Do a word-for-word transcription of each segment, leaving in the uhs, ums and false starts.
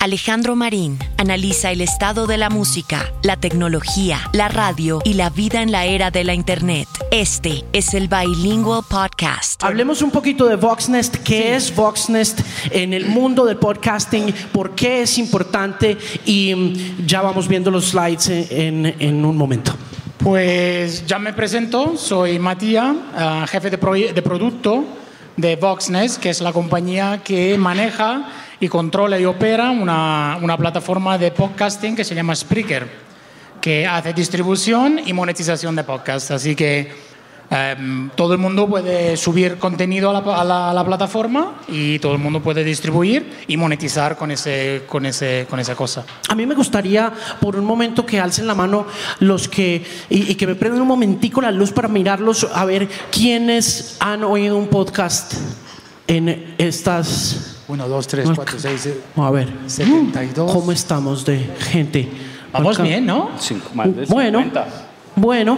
Alejandro Marín analiza el estado de la música, la tecnología, la radio y la vida en la era de la Internet. Este es el Bilingual Podcast. Hablemos un poquito de Voxnest. ¿Qué sí. es Voxnest en el mundo del podcasting? ¿Por qué es importante? Y ya vamos viendo los slides en, en un momento. Pues ya me presento, soy Matías, uh, jefe de, pro- de producto de Voxnest, que es la compañía que maneja y controla y opera una, una plataforma de podcasting que se llama Spreaker, que hace distribución y monetización de podcasts. Así que eh, todo el mundo puede subir contenido a la, a, la, a la plataforma y todo el mundo puede distribuir y monetizar con, ese, con, ese, con esa cosa. A mí me gustaría por un momento que alcen la mano los que y, y que me prendan un momentico la luz para mirarlos, a ver quiénes han oído un podcast en estas... Uno, dos, tres, cuatro, seis, a ver, setenta y dos. ¿Cómo estamos de gente? Vamos Acá. bien, ¿no? Cinco, más de bueno, cincuenta. bueno,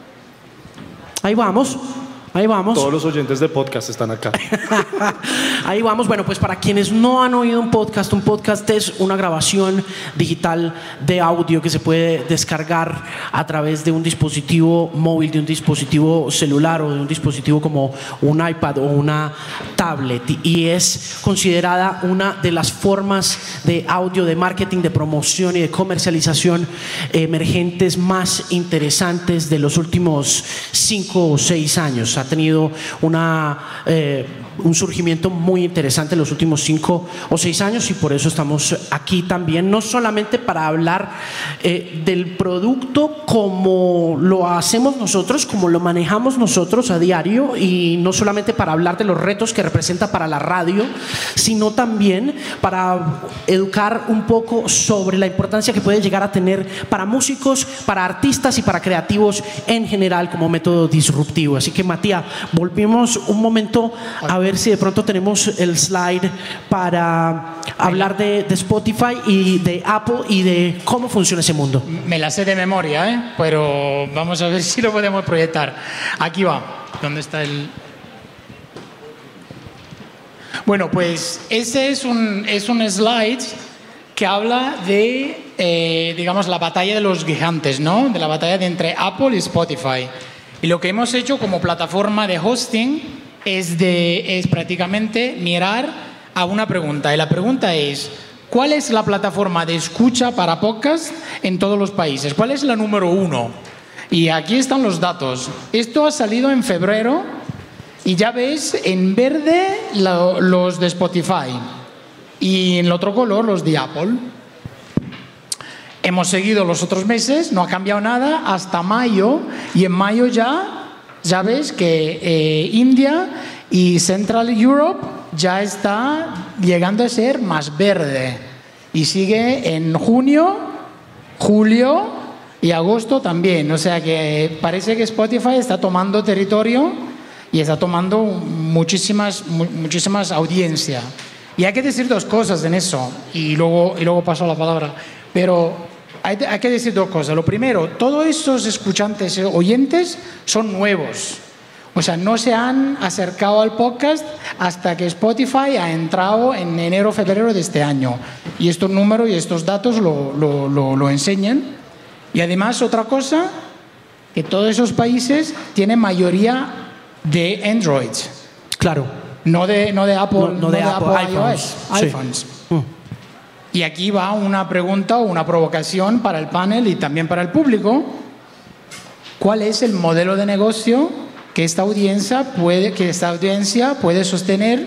ahí vamos. Ahí vamos. Todos los oyentes de podcast están acá. Ahí vamos. Bueno, pues para quienes no han oído un podcast, un podcast es una grabación digital de audio que se puede descargar a través de un dispositivo móvil, de un dispositivo celular o de un dispositivo como un iPad o una tablet. Y es considerada una de las formas de audio, de marketing, de promoción y de comercialización emergentes más interesantes de los últimos cinco o seis años. Ha tenido una, eh, un surgimiento muy interesante en los últimos cinco o seis años y por eso estamos aquí también, no solamente para hablar eh, del producto como lo hacemos nosotros, como lo manejamos nosotros a diario, y no solamente para hablar de los retos que representa para la radio, sino también para educar un poco sobre la importancia que puede llegar a tener para músicos, para artistas y para creativos en general como método disruptivo. Así que, Matías, volvimos un momento a ver si de pronto tenemos el slide para hablar de, de Spotify y de Apple y de cómo funciona ese mundo. Me la sé de memoria, ¿eh? Pero vamos a ver si lo podemos proyectar. Aquí va. ¿Dónde está el...? Bueno, pues ese es un, es un slide que habla de, eh, digamos, la batalla de los gigantes, ¿no? De la batalla de entre Apple y Spotify. Y lo que hemos hecho como plataforma de hosting es, de, es prácticamente mirar a una pregunta. Y la pregunta es, ¿cuál es la plataforma de escucha para podcast en todos los países? ¿Cuál es la número uno? Y aquí están los datos. Esto ha salido en febrero y ya ves en verde lo, los de Spotify y en el otro color los de Apple. Hemos seguido los otros meses, no ha cambiado nada hasta mayo, y en mayo ya, ya ves que eh, India y Central Europe ya está llegando a ser más verde y sigue en junio, julio y agosto también. O sea que parece que Spotify está tomando territorio y está tomando muchísimas, muchísimas audiencias. Y hay que decir dos cosas en eso y luego, y luego paso la palabra. Pero hay, hay que decir dos cosas. Lo primero, todos estos escuchantes, oyentes, son nuevos. O sea, no se han acercado al podcast hasta que Spotify ha entrado en enero, febrero de este año. Y estos números y estos datos lo, lo, lo, lo enseñan. Y además, otra cosa, que todos esos países tienen mayoría de Android. Claro. No de, no de Apple, no, no no de, de Apple, Apple iOS, sí. iPhones. Mm. Y aquí va una pregunta o una provocación para el panel y también para el público. ¿Cuál es el modelo de negocio que esta audiencia puede, que esta audiencia puede sostener,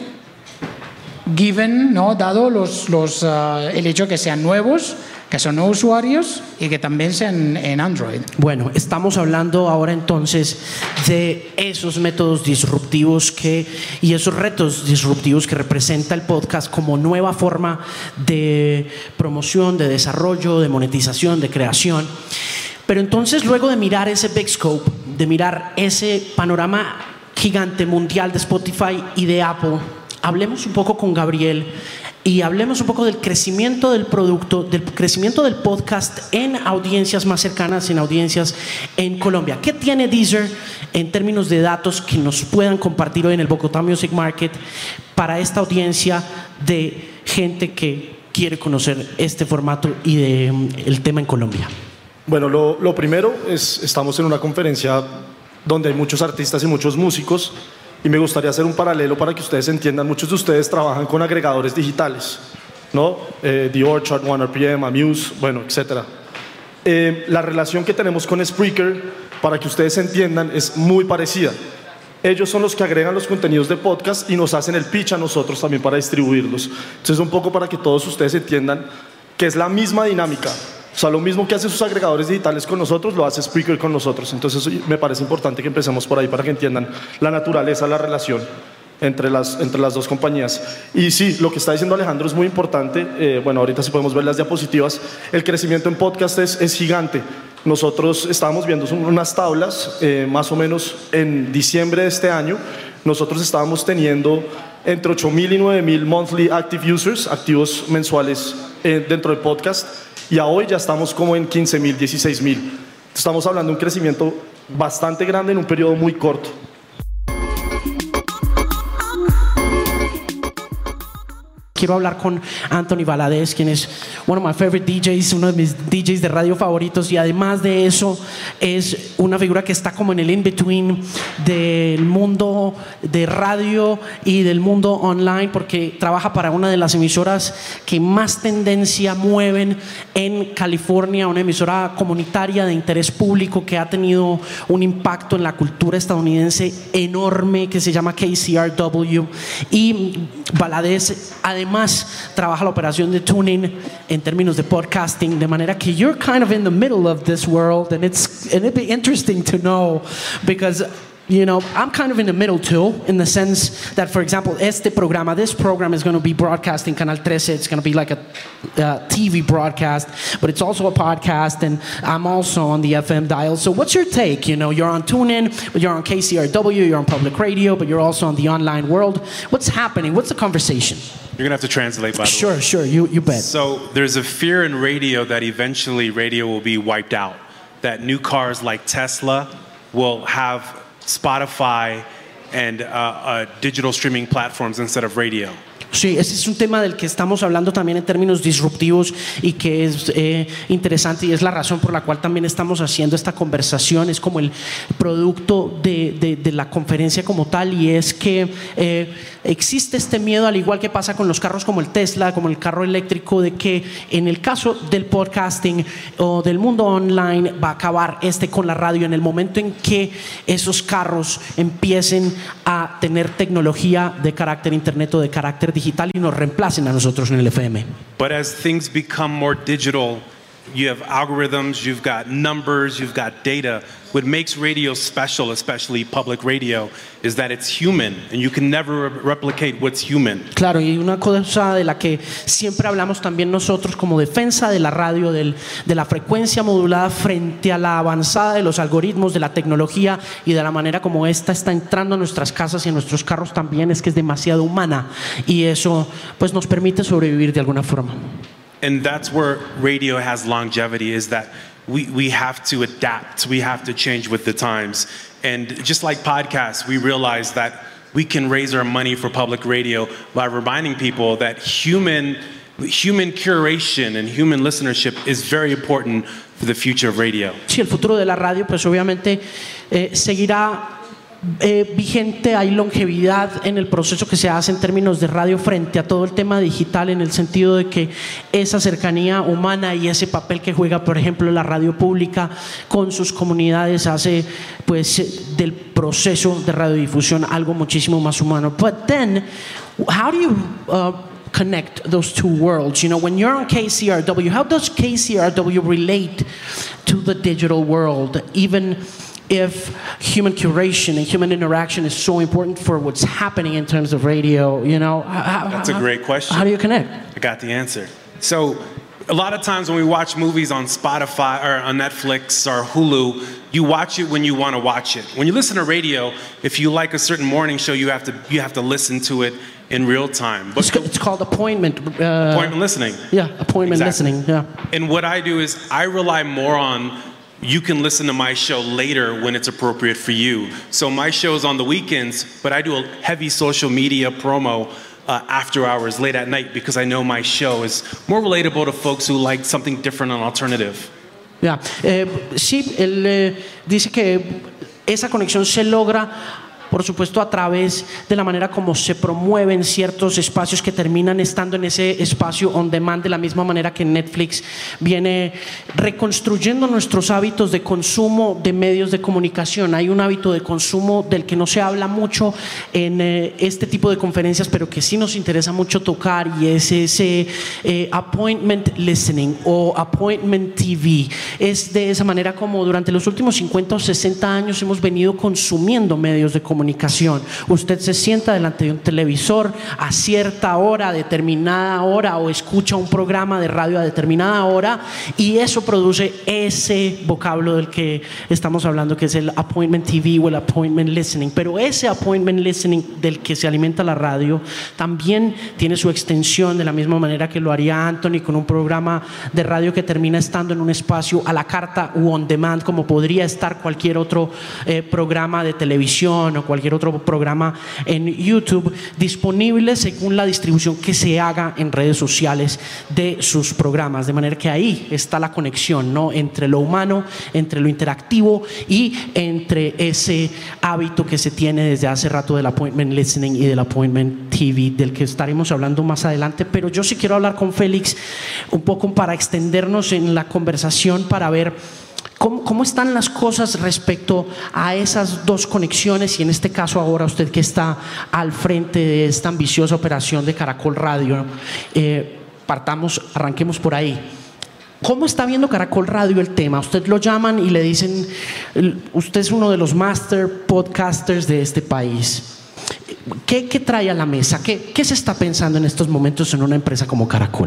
given, ¿no? dado los, los, uh, el hecho que sean nuevos, que son nuevos usuarios y que también sean en Android? Bueno, estamos hablando ahora entonces de esos métodos disruptivos que, y esos retos disruptivos que representa el podcast como nueva forma de promoción, de desarrollo, de monetización, de creación. Pero entonces, luego de mirar ese big scope, de mirar ese panorama gigante mundial de Spotify y de Apple, hablemos un poco con Gabriel y hablemos un poco del crecimiento del producto, del crecimiento del podcast en audiencias más cercanas, en audiencias en Colombia. ¿Qué tiene Deezer en términos de datos que nos puedan compartir hoy en el Bogotá Music Market para esta audiencia de gente que quiere conocer este formato y de, um, el tema en Colombia? Bueno, lo, lo primero es, estamos en una conferencia donde hay muchos artistas y muchos músicos, y me gustaría hacer un paralelo para que ustedes entiendan. Muchos de ustedes trabajan con agregadores digitales, ¿no? Eh, The Orchard, one R P M, Amuse, bueno, etcétera. Eh, la relación que tenemos con Spreaker, para que ustedes entiendan, es muy parecida. Ellos son los que agregan los contenidos de podcast y nos hacen el pitch a nosotros también para distribuirlos. Entonces, un poco para que todos ustedes entiendan que es la misma dinámica. O sea, lo mismo que hacen sus agregadores digitales con nosotros, lo hace Spreaker con nosotros. Entonces, me parece importante que empecemos por ahí para que entiendan la naturaleza, la relación entre las, entre las dos compañías. Y sí, lo que está diciendo Alejandro es muy importante. Eh, bueno, ahorita sí podemos ver las diapositivas. El crecimiento en podcast es, es gigante. Nosotros estábamos viendo unas tablas, eh, más o menos en diciembre de este año, nosotros estábamos teniendo entre ocho mil y nueve mil monthly active users, activos mensuales eh, dentro del podcast, y a hoy ya estamos como en quince mil, dieciséis mil. Estamos hablando de un crecimiento bastante grande en un periodo muy corto. Quiero hablar con Anthony Valadez, quien es one of my favorite D Js, uno de mis D Js de radio favoritos, y además de eso es una figura que está como en el in-between del mundo de radio y del mundo online, porque trabaja para una de las emisoras que más tendencia mueven en California, una emisora comunitaria de interés público que ha tenido un impacto en la cultura estadounidense enorme, que se llama K C R W. Y Valadez además trabaja la operación de TuneIn en términos de podcasting, de manera que you're kind of in the middle of this world, and it's and it'd be interesting to know, because you know, I'm kind of in the middle too, in the sense that, for example, este programa, this program is going to be broadcasting Canal thirteen. It's going to be like a uh, T V broadcast, but it's also a podcast, and I'm also on the F M dial. So what's your take? You know, you're on TuneIn, but you're on K C R W, you're on public radio, but you're also on the online world. What's happening? What's the conversation? You're going to have to translate, by the Sure, way. sure, you, you bet. So there's a fear in radio that eventually radio will be wiped out, that new cars like Tesla will have Spotify and uh, uh, digital streaming platforms instead of radio. Sí, ese es un tema del que estamos hablando también en términos disruptivos y que es eh, interesante, y es la razón por la cual también estamos haciendo esta conversación. Es como el producto de, de, de la conferencia como tal, y es que eh, existe este miedo, al igual que pasa con los carros como el Tesla, como el carro eléctrico, de que en el caso del podcasting o del mundo online va a acabar este con la radio en el momento en que esos carros empiecen a tener tecnología de carácter internet o de carácter digital y nos reemplacen a nosotros en el F M. But as things become more digital, you have algorithms, you've got numbers, you've got data. What makes radio special, especially public radio, is that it's human, and you can never re- replicate what's human. Claro, y una cosa de la que siempre hablamos también nosotros como defensa de la radio, del, de la frecuencia modulada frente a la avanzada de los algoritmos, de la tecnología y de la manera como esta está entrando a nuestras casas y a nuestros carros también, es que es demasiado humana, y eso pues nos permite sobrevivir de alguna forma. And that's where radio has longevity, is that we, we have to adapt, we have to change with the times. And just like podcasts, we realize that we can raise our money for public radio by reminding people that human, human curation and human listenership is very important for the future of radio. Sí, el futuro de la radio pues obviamente eh, seguirá Eh, vigente. Hay longevidad en el proceso que se hace en términos de radio frente a todo el tema digital, en el sentido de que esa cercanía humana y ese papel que juega, por ejemplo, la radio pública con sus comunidades hace pues del proceso de radiodifusión algo muchísimo más humano. But then, how do you uh, connect those two worlds? You know, when you're on K C R W, how does K C R W relate to the digital world, even if human curation and human interaction is so important for what's happening in terms of radio? You know, how, That's a great question. How do you connect? I got the answer. So a lot of times when we watch movies on Spotify or on Netflix or Hulu, you watch it when you want to watch it. When you listen to radio, if you like a certain morning show, you have to you have to listen to it in real time. But It's, it's called appointment. Uh, appointment listening. Yeah, appointment Exactly. listening. Yeah. And what I do is I rely more on, you can listen to my show later when it's appropriate for you. So my show's on the weekends, but I do a heavy social media promo uh, after hours, late at night, because I know my show is more relatable to folks who like something different and alternative. Ya, eh, sí, él eh, dice que esa conexión se logra, por supuesto, a través de la manera como se promueven ciertos espacios que terminan estando en ese espacio on demand, de la misma manera que Netflix viene reconstruyendo nuestros hábitos de consumo de medios de comunicación. Hay un hábito de consumo del que no se habla mucho en eh, este tipo de conferencias, pero que sí nos interesa mucho tocar, y es ese eh, appointment listening o appointment T V. Es de esa manera como durante los últimos cincuenta o sesenta años hemos venido consumiendo medios de comunicación. Usted se sienta delante de un televisor a cierta hora, a determinada hora, o escucha un programa de radio a determinada hora, y eso produce ese vocablo del que estamos hablando, que es el appointment T V o el appointment listening. Pero ese appointment listening del que se alimenta la radio también tiene su extensión, de la misma manera que lo haría Anthony con un programa de radio que termina estando en un espacio a la carta u on demand, como podría estar cualquier otro eh, programa de televisión o cualquier otro programa en YouTube, disponible según la distribución que se haga en redes sociales de sus programas. De manera que ahí está la conexión, ¿no?, entre lo humano, entre lo interactivo y entre ese hábito que se tiene desde hace rato del appointment listening y del appointment T V, del que estaremos hablando más adelante. Pero yo sí quiero hablar con Félix un poco para extendernos en la conversación, para ver ¿Cómo, ¿Cómo están las cosas respecto a esas dos conexiones? Y en este caso ahora usted que está al frente de esta ambiciosa operación de Caracol Radio, eh, partamos, arranquemos por ahí. ¿Cómo está viendo Caracol Radio el tema? Usted lo llaman y le dicen, usted es uno de los master podcasters de este país. ¿Qué, qué trae a la mesa? ¿Qué, ¿Qué se está pensando en estos momentos en una empresa como Caracol?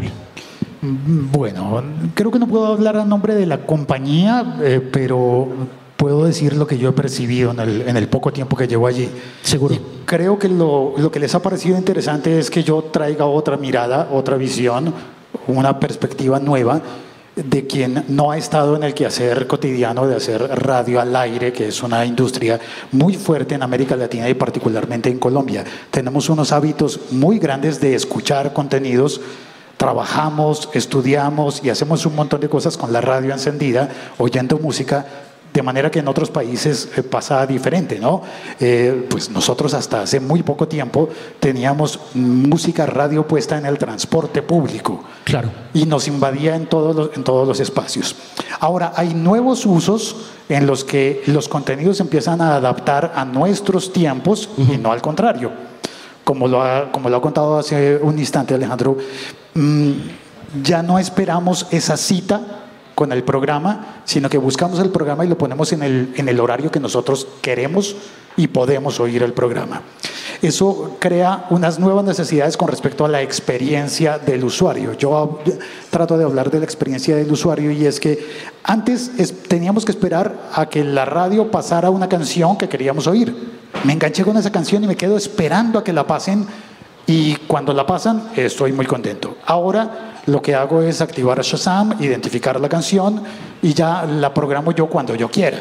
Bueno, creo que no puedo hablar a nombre de la compañía, eh, pero puedo decir lo que yo he percibido en el, en el poco tiempo que llevo allí. Seguro. Y creo que lo, lo que les ha parecido interesante es que yo traiga otra mirada, otra visión, una perspectiva nueva de quien no ha estado en el quehacer cotidiano de hacer radio al aire, que es una industria muy fuerte en América Latina y particularmente en Colombia. Tenemos unos hábitos muy grandes de escuchar contenidos. Trabajamos, estudiamos y hacemos un montón de cosas con la radio encendida, oyendo música, de manera que en otros países eh, pasa diferente, ¿no? Eh, pues nosotros hasta hace muy poco tiempo teníamos música radio puesta en el transporte público. Claro. Y nos invadía en todos los, en todos los espacios. Ahora, hay nuevos usos en los que los contenidos empiezan a adaptar a nuestros tiempos, uh-huh, y no al contrario. Como lo ha, como lo ha contado hace un instante Alejandro, mmm, ya no esperamos esa cita con el programa, sino que buscamos el programa y lo ponemos en el, en el horario que nosotros queremos y podemos oír el programa. Eso crea unas nuevas necesidades con respecto a la experiencia del usuario. Yo trato de hablar de la experiencia del usuario, y es que antes es, teníamos que esperar a que la radio pasara una canción que queríamos oír. Me enganché con esa canción y me quedo esperando a que la pasen, y cuando la pasan estoy muy contento. Ahora lo que hago es activar Shazam, identificar la canción y ya la programo yo cuando yo quiera.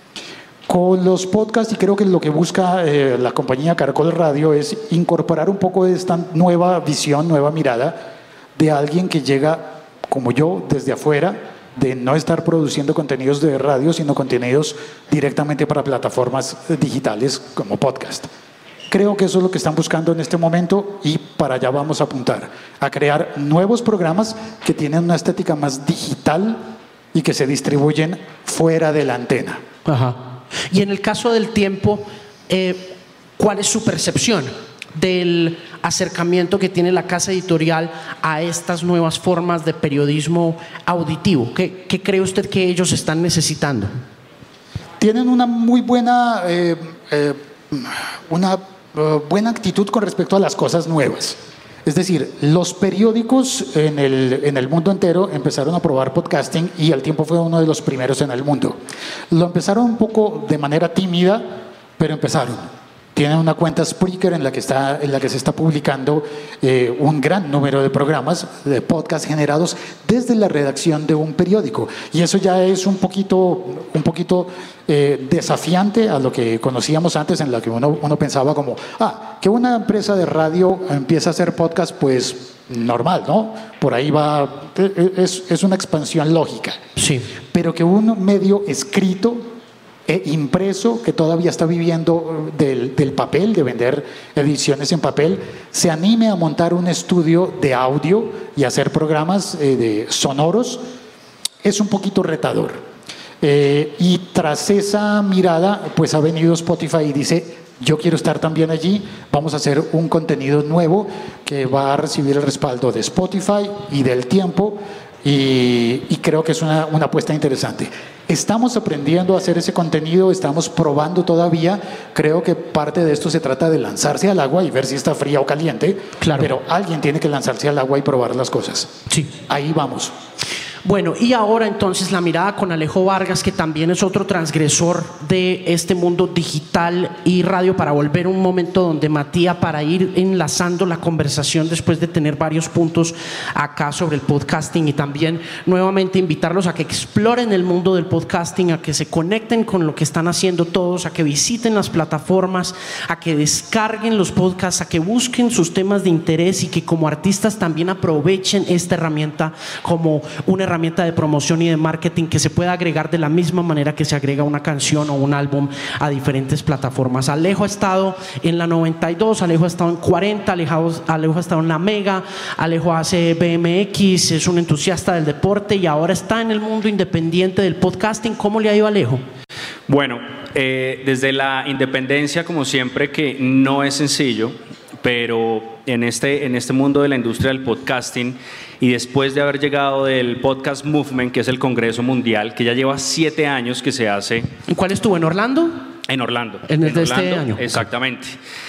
Con los podcasts, y creo que lo que busca eh, la compañía Caracol Radio es incorporar un poco de esta nueva visión, nueva mirada de alguien que llega como yo desde afuera, de no estar produciendo contenidos de radio, sino contenidos directamente para plataformas digitales como podcast. Creo que eso es lo que están buscando en este momento, y para allá vamos a apuntar, a crear nuevos programas que tienen una estética más digital y que se distribuyen fuera de la antena. Ajá. Y en el caso del tiempo, eh, ¿cuál es su percepción del acercamiento que tiene la casa editorial a estas nuevas formas de periodismo auditivo? ¿Qué, qué cree usted que ellos están necesitando? Tienen una muy buena, eh, eh, una uh, buena actitud con respecto a las cosas nuevas. Es decir, los periódicos en el, en el mundo entero empezaron a probar podcasting, y al tiempo fue uno de los primeros en el mundo. Lo empezaron un poco de manera tímida, pero empezaron. tienen una cuenta Spreaker en la que, está, en la que se está publicando eh, un gran número de programas, de podcasts generados desde la redacción de un periódico. Y eso ya es un poquito, un poquito eh, desafiante a lo que conocíamos antes, en la que uno, uno pensaba como, ah, que una empresa de radio empieza a hacer podcast, pues normal, ¿no? Por ahí va, es, es una expansión lógica. Sí. Pero que un medio escrito e impreso, que todavía está viviendo del, del papel, de vender ediciones en papel, se anime a montar un estudio de audio y hacer programas eh, de sonoros, es un poquito retador. Eh, y tras esa mirada, pues ha venido Spotify y dice, yo quiero estar también allí, vamos a hacer un contenido nuevo que va a recibir el respaldo de Spotify y del tiempo, y, y creo que es una, una apuesta interesante. Estamos aprendiendo a hacer ese contenido, estamos probando todavía. Creo que parte de esto se trata de lanzarse al agua y ver si está fría o caliente. Claro. Pero alguien tiene que lanzarse al agua y probar las cosas. Sí. Ahí vamos. Bueno, y ahora entonces la mirada con Alejo Vargas, que también es otro transgresor de este mundo digital y radio, para volver un momento donde Matías, para ir enlazando la conversación después de tener varios puntos acá sobre el podcasting, y también nuevamente invitarlos a que exploren el mundo del podcasting, a que se conecten con lo que están haciendo todos, a que visiten las plataformas, a que descarguen los podcasts, a que busquen sus temas de interés y que como artistas también aprovechen esta herramienta como una herramienta herramienta de promoción y de marketing que se puede agregar de la misma manera que se agrega una canción o un álbum a diferentes plataformas. Alejo ha estado en la noventa y dos, Alejo ha estado en cuarenta, Alejo, Alejo ha estado en la Mega, Alejo hace B M X, es un entusiasta del deporte y ahora está en el mundo independiente del podcasting. ¿Cómo le ha ido a Alejo? Bueno, eh, desde la independencia, como siempre, que no es sencillo, pero en este, en este mundo de la industria del podcasting, y después de haber llegado del Podcast Movement, que es el Congreso Mundial, que ya lleva siete años que se hace. ¿En cuál estuvo? ¿En Orlando? En Orlando. En el en de Orlando, este año. Exactamente.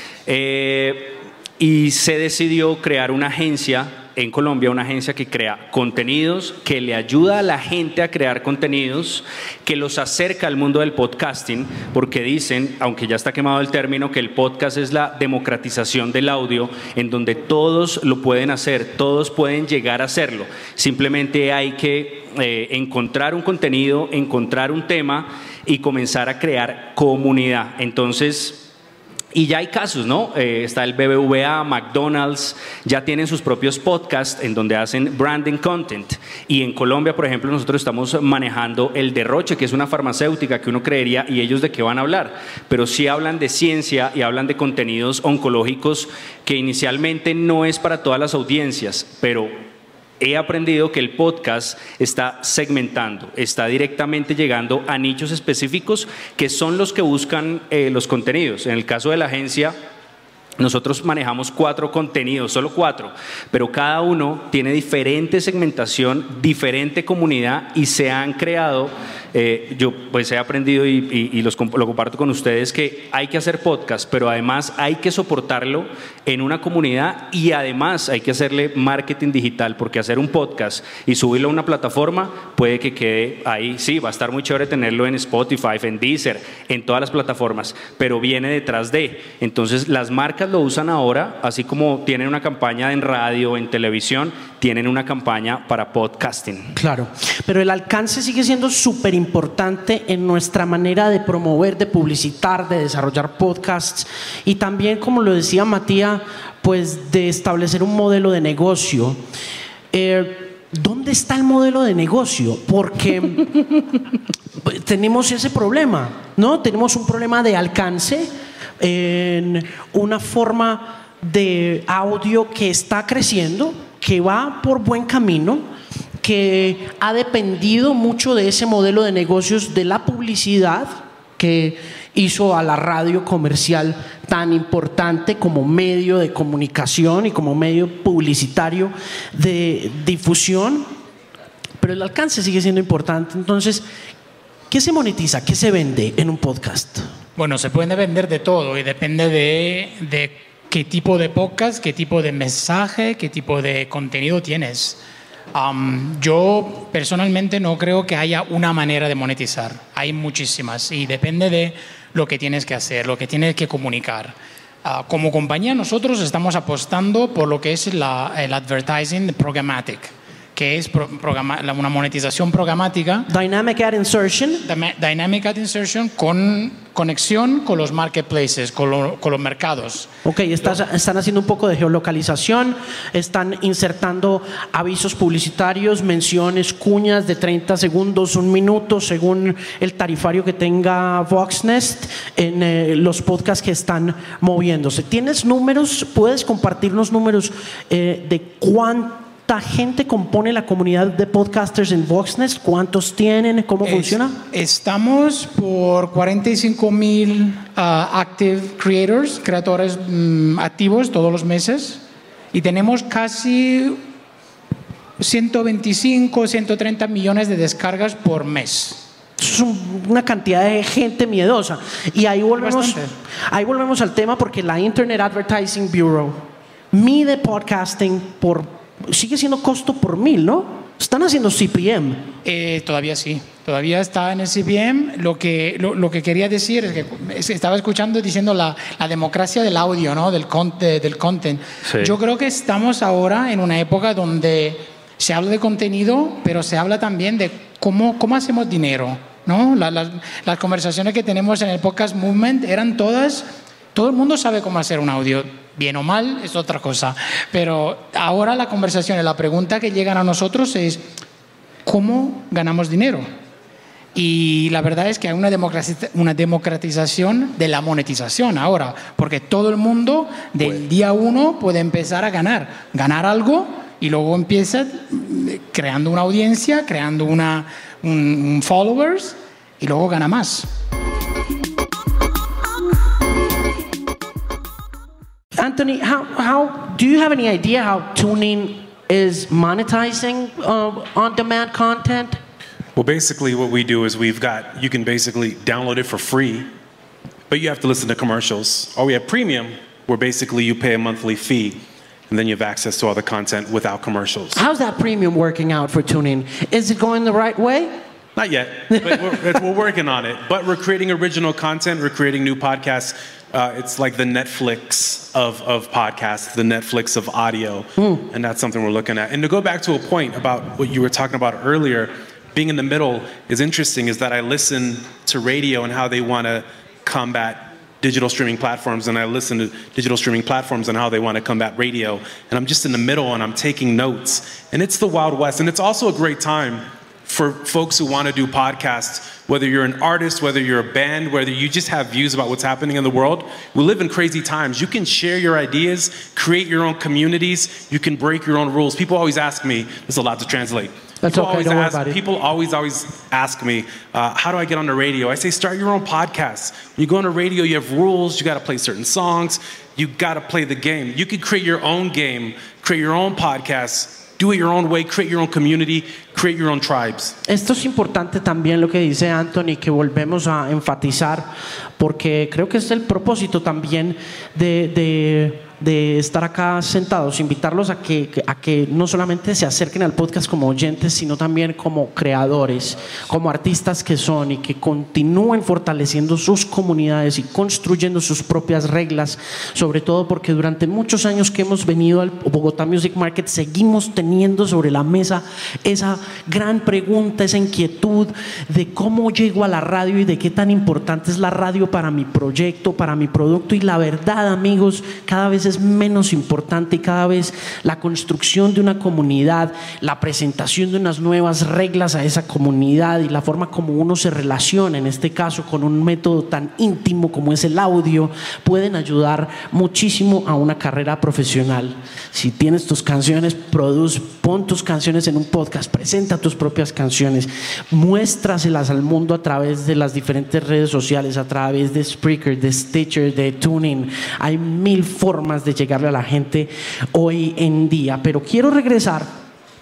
Eh, y se decidió crear una agencia en Colombia, una agencia que crea contenidos, que le ayuda a la gente a crear contenidos, que los acerca al mundo del podcasting, porque dicen, aunque ya está quemado el término, que el podcast es la democratización del audio, en donde todos lo pueden hacer, todos pueden llegar a hacerlo. Simplemente hay que eh, encontrar un contenido, encontrar un tema y comenzar a crear comunidad. Entonces, y ya hay casos, ¿no? Eh, está el B B V A, McDonald's, ya tienen sus propios podcasts en donde hacen branding content. Y en Colombia, por ejemplo, nosotros estamos manejando el Derroche, que es una farmacéutica que uno creería, ¿y ellos de qué van a hablar? Pero sí hablan de ciencia y hablan de contenidos oncológicos que inicialmente no es para todas las audiencias, pero he aprendido que el podcast está segmentando, está directamente llegando a nichos específicos que son los que buscan eh, los contenidos. En el caso de la agencia, nosotros manejamos cuatro contenidos, solo cuatro, pero cada uno tiene diferente segmentación, diferente comunidad y se han creado, eh, yo pues he aprendido y, y, y los, lo comparto con ustedes, que hay que hacer podcast, pero además hay que soportarlo en una comunidad y además hay que hacerle marketing digital, porque hacer un podcast y subirlo a una plataforma puede que quede ahí, sí, va a estar muy chévere tenerlo en Spotify, en Deezer, en todas las plataformas, pero viene detrás de, entonces las marcas lo usan ahora, así como tienen una campaña en radio, en televisión, tienen una campaña para podcasting. Claro, pero el alcance sigue siendo súper importante en nuestra manera de promover, de publicitar, de desarrollar podcasts y también, como lo decía Matías, pues de establecer un modelo de negocio. Eh, ¿Dónde está el modelo de negocio? Porque tenemos ese problema, ¿no? Tenemos un problema de alcance en una forma de audio que está creciendo, que va por buen camino, que ha dependido mucho de ese modelo de negocios, de la publicidad que hizo a la radio comercial tan importante como medio de comunicación y como medio publicitario de difusión, pero el alcance sigue siendo importante. Entonces, ¿qué se monetiza? ¿Qué se vende en un podcast? Bueno, se puede vender de todo y depende de, de qué tipo de podcast, qué tipo de mensaje, qué tipo de contenido tienes. Um, yo personalmente no creo que haya una manera de monetizar. Hay muchísimas y depende de lo que tienes que hacer, lo que tienes que comunicar. Uh, como compañía nosotros estamos apostando por lo que es la, el advertising programmatic, que es pro, programa, una monetización programática. Dynamic ad insertion. Dynamic ad insertion con conexión con los marketplaces, con, lo, con los mercados. Ok, estás, están haciendo un poco de geolocalización, están insertando avisos publicitarios, menciones, cuñas de treinta segundos, un minuto, según el tarifario que tenga Voxnest en eh, los podcasts que están moviéndose. ¿Tienes números? ¿Puedes compartirnos números eh, de cuánto ¿Cuánta gente compone la comunidad de podcasters en Voxnest? ¿Cuántos tienen? ¿Cómo es, funciona? Estamos por cuarenta y cinco mil uh, active creators, creadores um, activos todos los meses, y tenemos casi ciento veinticinco, ciento treinta millones de descargas por mes. Es una cantidad de gente miedosa. Y ahí volvemos, ahí volvemos al tema, porque la Internet Advertising Bureau mide podcasting por... Sigue siendo costo por mil, ¿no? Están haciendo C P M. Eh, todavía sí, todavía está en el C P M. Lo que, lo, lo que quería decir es que estaba escuchando diciendo la, la democracia del audio, ¿no? Del, con, de, del content. Sí. Yo creo que estamos ahora en una época donde se habla de contenido, pero se habla también de cómo, cómo hacemos dinero, ¿no? La, la, las conversaciones que tenemos en el Podcast Movement eran todas... Todo el mundo sabe cómo hacer un audio, bien o mal, es otra cosa. Pero ahora la conversación, la pregunta que llegan a nosotros es ¿cómo ganamos dinero? Y la verdad es que hay una, una democratización de la monetización ahora, porque todo el mundo del bueno. día uno puede empezar a ganar, ganar algo y luego empieza creando una audiencia, creando una, un, un followers y luego gana más. Anthony, how, how do you have any idea how TuneIn is monetizing uh, on-demand content? Well, basically what we do is we've got, you can basically download it for free, but you have to listen to commercials. Or we have premium, where basically you pay a monthly fee, and then you have access to all the content without commercials. How's that premium working out for TuneIn? Is it going the right way? Not yet, but we're, we're working on it. But we're creating original content, we're creating new podcasts. Uh, it's like the Netflix of, of podcasts, the Netflix of audio, mm. and that's something we're looking at. And to go back to a point about what you were talking about earlier, being in the middle is interesting, is that I listen to radio and how they want to combat digital streaming platforms, and I listen to digital streaming platforms and how they want to combat radio, and I'm just in the middle and I'm taking notes, and it's the Wild West, and it's also a great time for folks who want to do podcasts, whether you're an artist, whether you're a band, whether you just have views about what's happening in the world. We live in crazy times. You can share your ideas, create your own communities, you can break your own rules. People always ask me, there's a lot to translate. That's people okay, always don't worry ask, about it. People always, always ask me, uh, how do I get on the radio? I say, start your own podcast. When you go on the radio, you have rules, you gotta play certain songs, you gotta play the game. You can create your own game, create your own podcast, do it your own way, create your own community, create your own tribes. Esto es importante también lo que dice Anthony, que volvemos a enfatizar, porque creo que es el propósito también de, de, de estar acá sentados, invitarlos a que, a que no solamente se acerquen al podcast como oyentes, sino también como creadores, como artistas que son, y que continúen fortaleciendo sus comunidades y construyendo sus propias reglas, sobre todo porque durante muchos años que hemos venido al Bogotá Music Market seguimos teniendo sobre la mesa esa gran pregunta, esa inquietud de cómo llego a la radio y de qué tan importante es la radio para mi proyecto, para mi producto. Y la verdad, amigos, cada vez es menos importante, y cada vez la construcción de una comunidad, la presentación de unas nuevas reglas a esa comunidad y la forma como uno se relaciona, en este caso con un método tan íntimo como es el audio, pueden ayudar muchísimo a una carrera profesional. Si tienes tus canciones, produce, pon tus canciones en un podcast, presenta tus propias canciones, muéstraselas al mundo a través de las diferentes redes sociales, a través de Spreaker, de Stitcher, de TuneIn. Hay mil formas de llegarle a la gente hoy en día, pero quiero regresar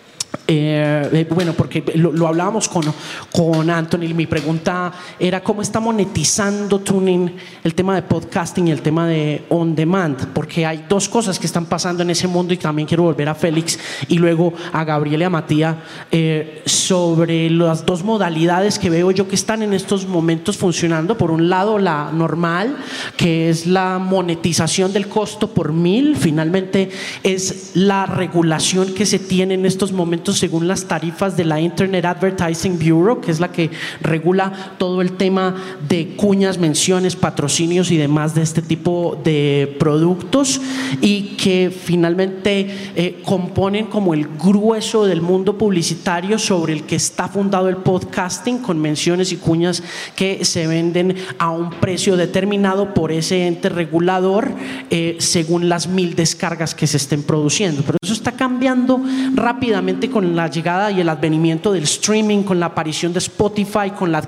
Eh, eh, bueno, porque lo, lo hablábamos con, con Anthony y mi pregunta era cómo está monetizando Tuning el tema de podcasting y el tema de on demand, porque hay dos cosas que están pasando en ese mundo y también quiero volver a Félix y luego a Gabriel y a Matías eh, sobre las dos modalidades que veo yo que están en estos momentos funcionando. Por un lado, la normal, que es la monetización del costo por mil, finalmente es la regulación que se tiene en estos momentos según las tarifas de la Internet Advertising Bureau, que es la que regula todo el tema de cuñas, menciones, patrocinios y demás de este tipo de productos, y que finalmente eh, componen como el grueso del mundo publicitario sobre el que está fundado el podcasting, con menciones y cuñas que se venden a un precio determinado por ese ente regulador eh, según las mil descargas que se estén produciendo. Pero eso está cambiando rápidamente con la llegada y el advenimiento del streaming, con la aparición de Spotify, con la